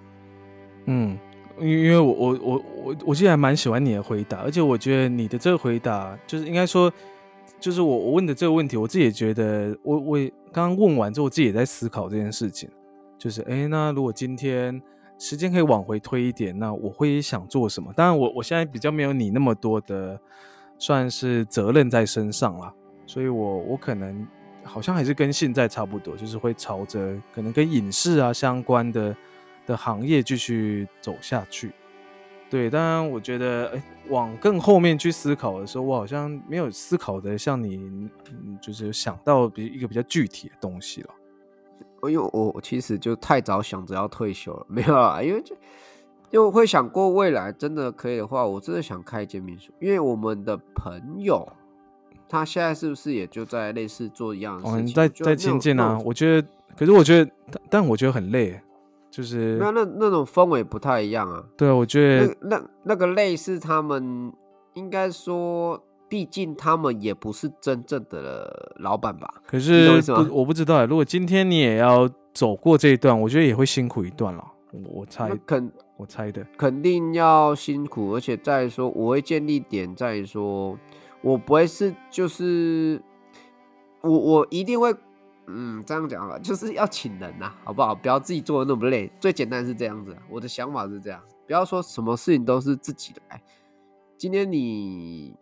因为我其实还蛮喜欢你的回答，而且我觉得你的这个回答就是应该说，就是我问的这个问题，我自己也觉得，我刚刚问完之后，我自己也在思考这件事情，就是那如果今天时间可以往回推一点，那我会想做什么？当然我现在比较没有你那么多的算是责任在身上啦，所以我可能好像还是跟现在差不多，就是会朝着可能跟影视啊相关的行业继续走下去。对，当然我觉得往更后面去思考的时候，我好像没有思考的像你就是想到一个比较具体的东西了。 因为我其实就太早想着要退休了，没有啦，因为就会想过未来真的可以的话，我真的想开一间民宿。因为我们的朋友他现在是不是也就在类似做一样的事情？ 在亲近啊，我觉得，可是我觉得，但我觉得很累。就是没有那种氛围不太一样啊。 对啊，我觉得那个类似他们应该说，毕竟他们也不是真正的老板吧。 可是我不知道，如果今天你也要走过这一段，我觉得也会辛苦一段了。我猜的肯定要辛苦，而且再说我会建立点在于说，我不会是就是我一定会。这样讲吧，就是要请人呐，好不好？不要自己做的那么累。最简单是这样子，我的想法是这样，不要说什么事情都是自己来。今天你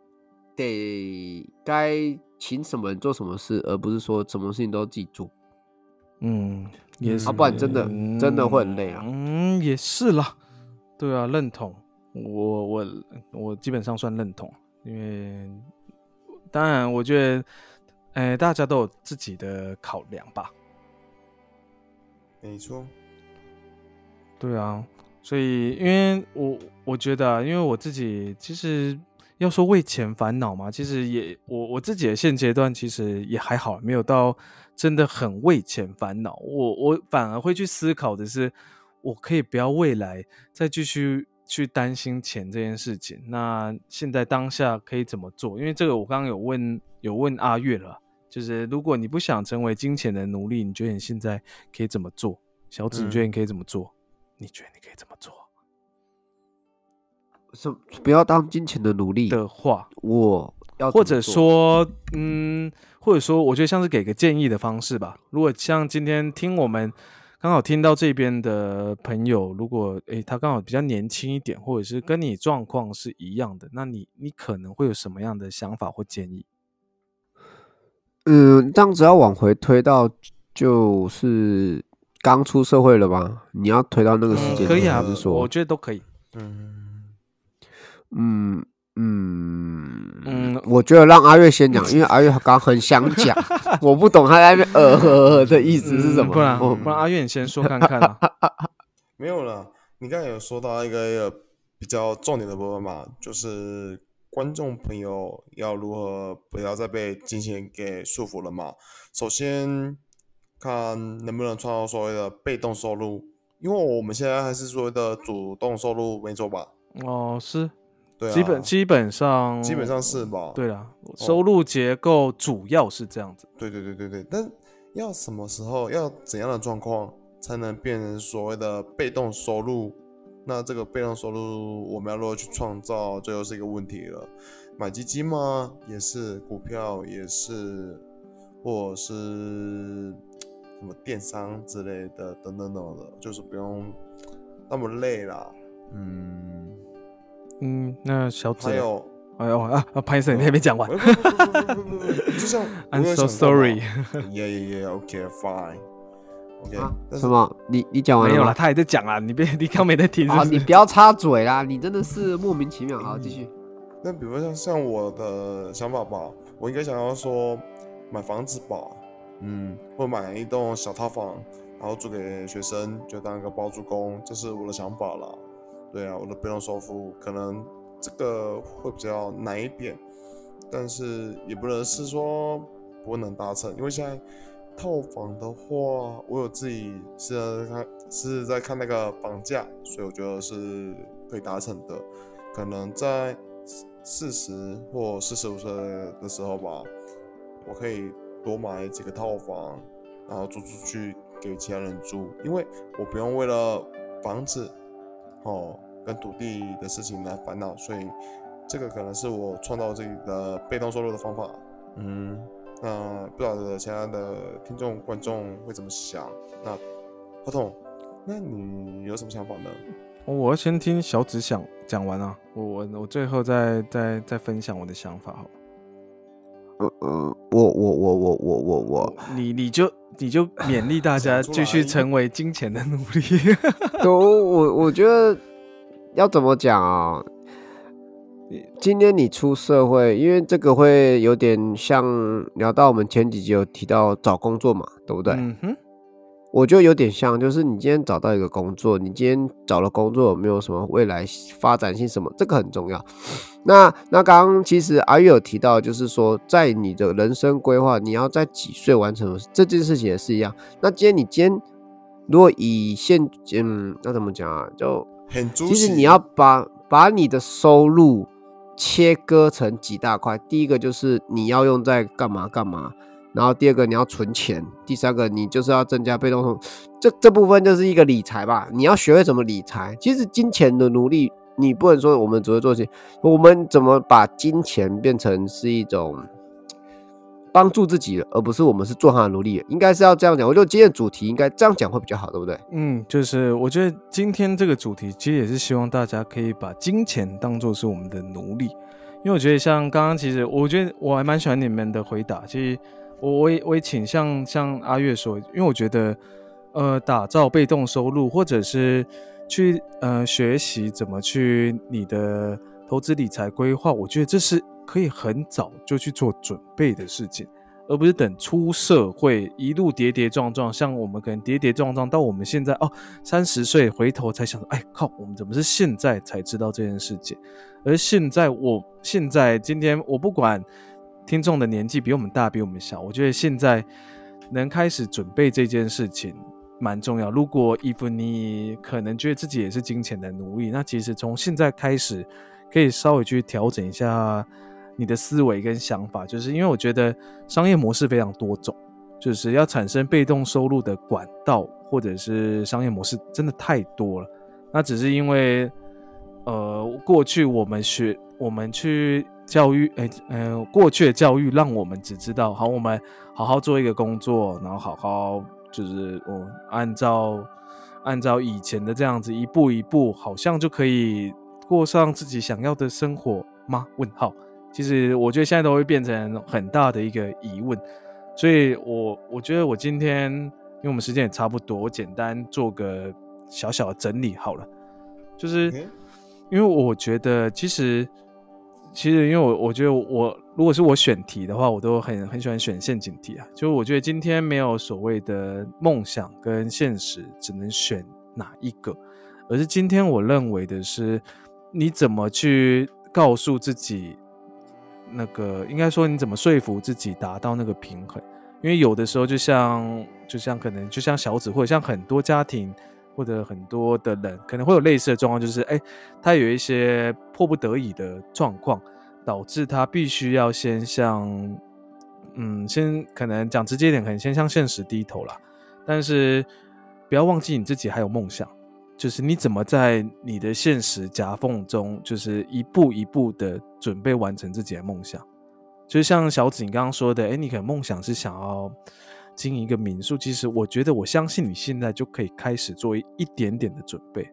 该请什么人做什么事，而不是说什么事情都自己做。 也是， 不然真的会很累啊。 也是啦，对啊，认同。我基本上算认同，因为当然我觉得。大家都有自己的考量吧。 没错。 对啊，所以因为我觉得因为我自己其实要说为钱烦恼嘛，其实也我自己的现阶段其实也还好，没有到真的很为钱烦恼。我反而会去思考的是，我可以不要未来再继续去担心钱这件事情。那现在当下可以怎么做？因为这个我刚刚有问阿月了。 就是如果你不想成为金钱的奴隶，你觉得你现在可以怎么做？小紫，你觉得你可以怎么做？你觉得你可以怎么做？ 不要当金钱的奴隶的话， 我要或者说，我觉得像是给个建议的方式吧。如果像今天听我们刚好听到这边的朋友，如果他刚好比较年轻一点，或者是跟你状况是一样的，那你可能会有什么样的想法或建议？ 这样子要往回推到就是刚出社会了吧？你要推到那个时间点， 可以啊， 还是说我觉得都可以。 我觉得让阿月先讲，因为阿月刚很想讲，我不懂他在那边的意思是什么。 不然阿月你先说看看啊。 没有啦，你刚才有说到一个比较重点的部分嘛，就是观众朋友要如何不要再被金钱给束缚了嘛。首先看能不能创造所谓的被动收入，因为我们现在还是所谓的主动收入，没错吧？ 哦，是。 对啊， 基本上是吧？ 对啦，收入结构主要是这样子。 对，但要什么时候，要怎样的状况才能变成所谓的被动收入？那这个被动收入我们要如何去创造，这又是一个问题了。买基金吗？也是，股票也是，或者是什么电商之类的，等等的，就是不用那么累啦。 那小紫还有， 拍摄你还没讲完。 就像 I'm so sorry. Okay, fine. OK， 什么？你讲完了吗？ 没有啦，他还在讲啦，你刚没在听是不是？ 你不要插嘴啦，你真的是莫名其妙。好，继续。 那比如像我的想法吧，我应该想要说买房子吧，或买一栋小套房，然后租给学生，就当一个包租公，这是我的想法啦。对啊，我的被动收入可能这个会比较难一点，但是也不能是说不能达成，因为现在套房的话，我有自己是在看那个房价，所以我觉得是可以达成的。可能在40或45岁的时候吧，我可以多买几个套房，然后租出去给其他人住，因为我不用为了房子跟土地的事情来烦恼，所以这个可能是我创造自己的被动收入的方法。那不知道其他的听众观众会怎么想？那何统，那你有什么想法呢？ 我要先听小紫讲完啊，我最后再分享我的想法好。你就勉励大家继续成为金钱的奴隶。 我觉得要怎么讲啊？今天你出社会，因为这个会有点像聊到我们前几集有提到找工作嘛，对不对？我觉得有点像，就是你今天找到一个工作，你今天找了工作有没有什么未来发展性什么，这个很重要。那刚刚其实阿月有提到，就是说在你的人生规划，你要在几岁完成这件事情也是一样。那今天如果以那怎么讲啊？就其实你要把你的收入切割成几大块，第一个就是你要用在干嘛，然后第二个你要存钱，第三个你就是要增加被动收入，这部分就是一个理财吧，你要学会怎么理财。其实金钱的奴隶，你不能说我们只会做钱，我们怎么把金钱变成是一种帮助自己的，而不是我们是做他的奴隶，应该是要这样讲。我觉得今天的主题应该这样讲会比较好，对不对？ 就是我觉得今天这个主题其实也是希望大家可以把金钱当作是我们的奴隶，因为我觉得像刚刚其实我觉得我还蛮喜欢你们的回答，其实我也倾向像阿月说，因为我觉得打造被动收入，或者是去学习怎么去你的投资理财规划，我觉得这是可以很早就去做准备的事情，而不是等出社会一路跌跌撞撞，像我们可能跌跌撞撞到我们现在30岁回头才想说，靠，我们怎么是现在才知道这件事情？而现在今天我不管听众的年纪比我们大比我们小，我觉得现在能开始准备这件事情蛮重要。如果if你可能觉得自己也是金钱的奴隶，那其实从现在开始可以稍微去调整一下你的思维跟想法，就是因为我觉得商业模式非常多种，就是要产生被动收入的管道或者是商业模式真的太多了。那只是因为过去我们去教育过去的教育让我们只知道好，我们好好做一个工作，然后好好就是按照以前的这样子一步一步，好像就可以过上自己想要的生活吗？问号。其实我觉得现在都会变成很大的一个疑问，所以我觉得我今天因为我们时间也差不多，我简单做个小小的整理好了，就是因为我觉得其实因为我觉得如果是我选题的话，我都很喜欢选陷阱题啊。就我觉得今天没有所谓的梦想跟现实只能选哪一个，而是今天我认为的是你怎么去告诉自己那个，应该说你怎么说服自己達到那个平衡。因为有的时候就像可能就像小子或者像很多家庭或者很多的人可能会有类似的状况，就是他有一些迫不得已的状况，导致他必须要先可能讲直接一点，可能先向现实低头啦。但是不要忘记你自己还有梦想，就是你怎么在你的现实夹缝中，就是一步一步的准备完成自己的梦想。就是像小子你刚刚说的，你可能梦想是想要经营一个民宿，其实我觉得我相信你现在就可以开始做一点点的准备。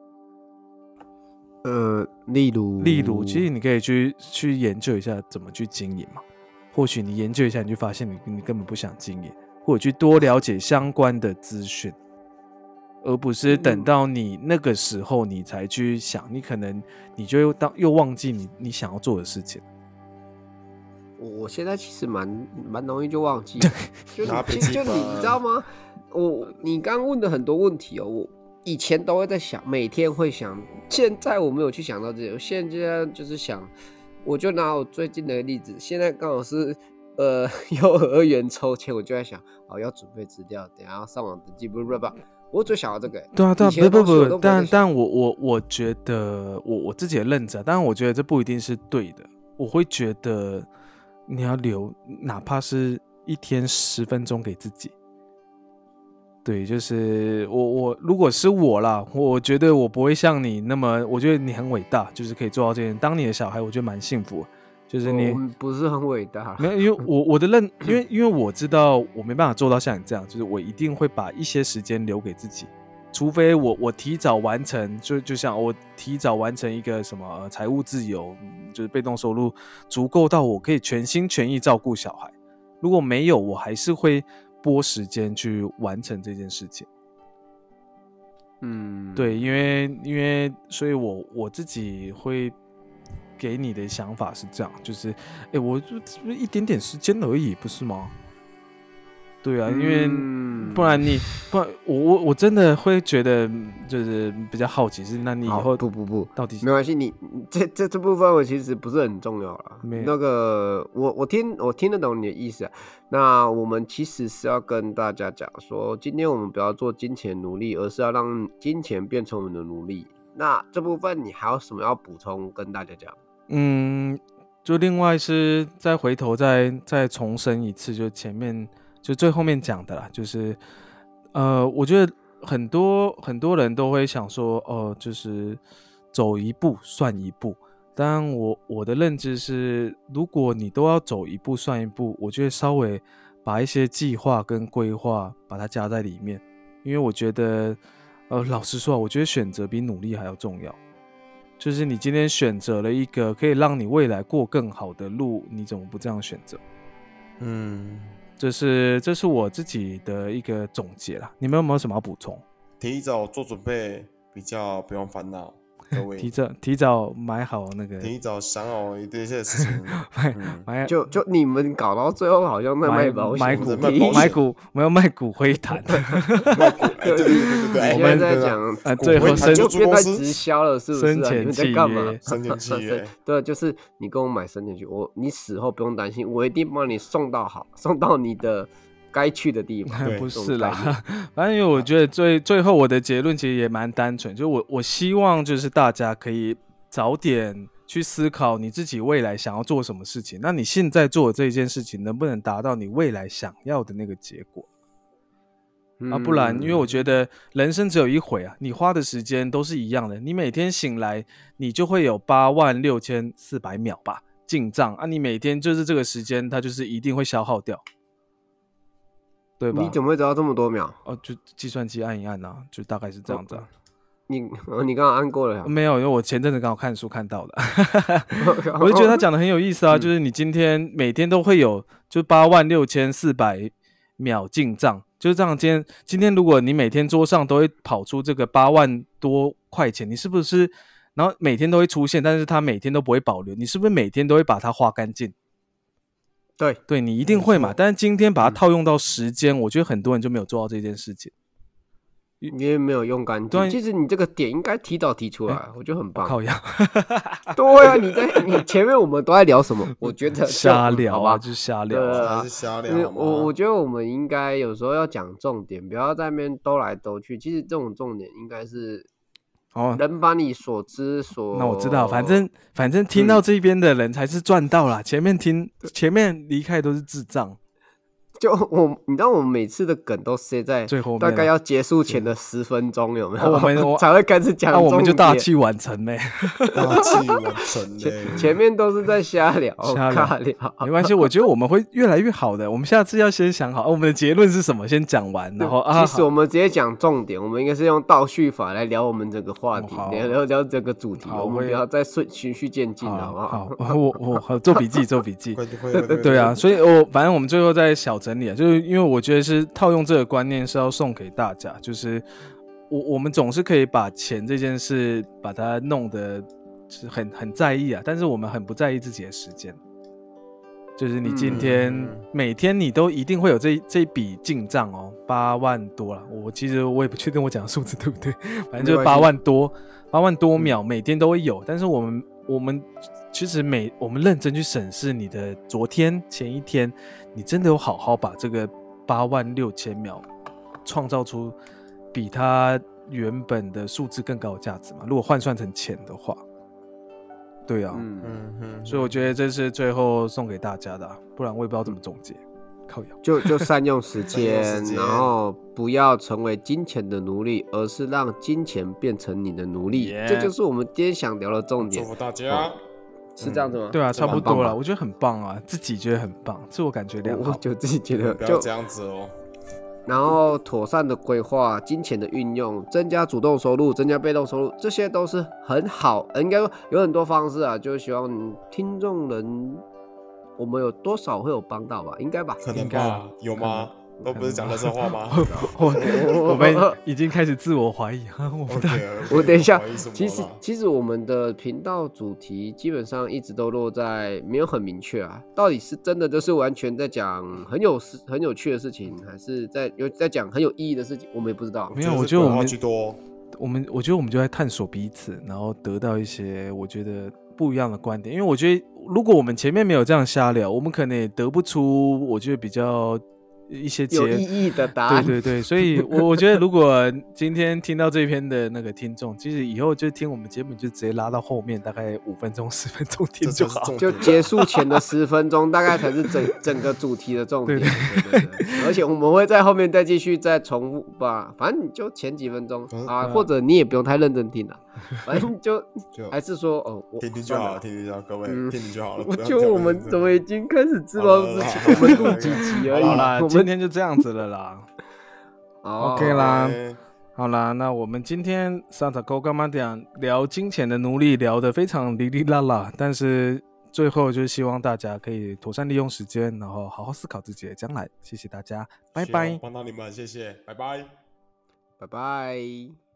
例如其实你可以去研究一下怎么去经营嘛。或许你研究一下，你就发现你根本不想经营，或者去多了解相关的资讯，而不是等到你那个时候你才去想，你可能你就又忘记你想要做的事情。 我现在其实蛮容易就忘记的，就你知道吗？你刚问的很多问题我以前都会在想，每天会想，现在我没有去想到这些，我现在就是想，我就拿我最近的例子，现在刚好是幼儿园抽签，我就在想，要准备资料，等一下要上网登记，不，我最想要这个。 对啊，不，但我觉得我自己的认知，当然我觉得这不一定是对的，我会觉得你要留哪怕是一天10分钟给自己。对，就是我如果是我啦，我觉得我不会像你那么，我觉得你很伟大，就是可以做到这件。当你的小孩，我觉得蛮幸福的，就是你不是很伟大， 没有，因为我的因为我知道我没办法做到像你这样，就是我一定会把一些时间留给自己，除非我提早完成，就像我提早完成一个什么财务自由，就是被动收入足够到我可以全心全意照顾小孩。如果没有，我还是会拨时间去完成这件事情。对，因为所以我自己会给你的想法是这样，就是我就一点点时间而已，不是吗？对啊，因为不然我真的会觉得就是比较好奇是，那你以后不到底没关系，你这部分我其实不是很重要啦。那个我听得懂你的意思啊。那我们其实是要跟大家讲说，今天我们不要做金钱奴隶，而是要让金钱变成我们的奴隶。那这部分你还有什么要补充跟大家讲？ 就另外是再回头再重申一次，就前面就最后面讲的啦，就是我觉得很多人都会想说就是走一步算一步，但我的认知是，如果你都要走一步算一步，我觉得稍微把一些计划跟规划把它加在里面，因为我觉得老实说，我觉得选择比努力还要重要。就是你今天选择了一个可以让你未来过更好的路，你怎么不这样选择？这是我自己的一个总结啦。你们有没有什么要补充？ 提早做准备比较不用烦恼，各位提早买好那个， 提早想好一些事情。 就你们搞到最后好像在卖保险， 没有卖骨灰坛。 对，我们在讲最后就变在直销了，是不是？ 生前契约， 生前契约。 对，就是你跟我买生前契约，你死后不用担心，我一定帮你送到你的该去的地方。 不是啦，反正因为我觉得最后我的结论其实也蛮单纯，就是我希望就是大家可以早点去思考你自己未来想要做什么事情，那你现在做的这一件事情能不能达到你未来想要的那个结果？不然，因为我觉得人生只有一回啊，你花的时间都是一样的，你每天醒来，你就会有86400秒吧进账啊，你每天就是这个时间，它就是一定会消耗掉，对吧？ 你怎么会知道这么多秒？ 就计算机按一按啊，就大概是这样子啊。 你刚刚按过了呀？ 没有，因为我前阵子刚好看书看到的，我就觉得他讲的很有意思啊，就是你今天每天都会有就86400秒进账。就是这样，今天如果你每天桌上都会跑出这个8万多块钱，你是不是？然后每天都会出现，但是它每天都不会保留，你是不是每天都会把它花干净？对，你一定会嘛。但是今天把它套用到时间，我觉得很多人就没有做到这件事情， 因为没有用干净。其实你这个点应该提早提出来，我觉得很棒。 靠腰， 对啊，你前面我们都在聊什么？我觉得瞎聊啊，就是瞎聊啊，是瞎聊。 我觉得我们应该有时候要讲重点，不要在那边兜来兜去。其实这种重点应该是能把你所知所…… 那我知道，反正听到这边的人才是赚到啦，前面离开都是智障。 你知道我们每次的梗都塞在最后面， 大概要结束前的10分钟，有没有？我们才会开始讲重点。 我们就大器晚成嘞， 大器晚成嘞。 前面都是在瞎聊，尬聊， 没关系。我觉得我们会越来越好的。我们下次要先想好，我们的结论是什么，先讲完，然后其实我们直接讲重点，我们应该是用倒叙法来聊我们整个话题，聊整个主题。我们不要再循序渐进了，好不好？ 我做笔记，做笔记。对啊，所以反正我们最后再小整理啊，就是因为我觉得是套用这个观念是要送给大家，就是我们总是可以把钱这件事把它弄得很在意啊，但是我们很不在意自己的时间。就是你今天每天你都一定会有这一笔进账哦，8万多啦。其实我也不确定我讲的数字对不对，反正就是8万多秒每天都会有。但是我们其实我们认真去审视你的昨天前一天，你真的有好好把这个86000秒创造出比它原本的数字更高的价值吗？如果换算成钱的话。对啊，所以我觉得这是最后送给大家的，不然我也不知道怎么总结。靠腰就善用时间，然后不要成为金钱的奴隶，而是让金钱变成你的奴隶。这就是我们今天想聊的重点。 祝福大家， 是这样子吗？ 对啊，差不多了。我觉得很棒啊，自己觉得很棒，自我感觉良好。 我就自己觉得不要这样子哦。 然后妥善的规划金钱的运用，增加主动收入，增加被动收入，这些都是很好，应该有很多方式啊，就希望听众人我们有多少会有帮到吧？应该吧？ 可能吧？有吗？都不是讲的这话吗？ 我们已经开始自我怀疑。 我等一下，其实我们的频道主题基本上一直都落在没有很明确啊，到底是真的就是完全在讲很有趣的事情，还是在讲很有意义的事情，我们也不知道。 没有，我觉得我觉得我们就在探索彼此，然后得到一些我觉得不一样的观点。因为我觉得如果我们前面没有这样瞎聊，我们可能也得不出我觉得比较一些有意义的答案。 对，所以我觉得如果今天听到这篇的那个听众，其实以后就听我们节目就直接拉到后面，大概5分钟10分钟听就好， 就结束前的10分钟大概才是整个主题的重点。对，而且我们会在后面再继续再重复吧，反正你就前几分钟啊，或者你也不用太认真听了，反正就还是说听听就好了，听听就好，各位听听就好了。 我觉得我们怎么已经开始自暴自弃，我们录几集而已。 好啦，今天就这样子了啦。OK 啦，好啦，那我们今天上塔沟干嘛讲聊金钱的奴隶，聊得非常哩哩啦啦，但是最后就是希望大家可以妥善利用时间，然后好好思考自己的将来。谢谢大家，拜拜。 帮到你们，谢谢，拜拜， 拜拜。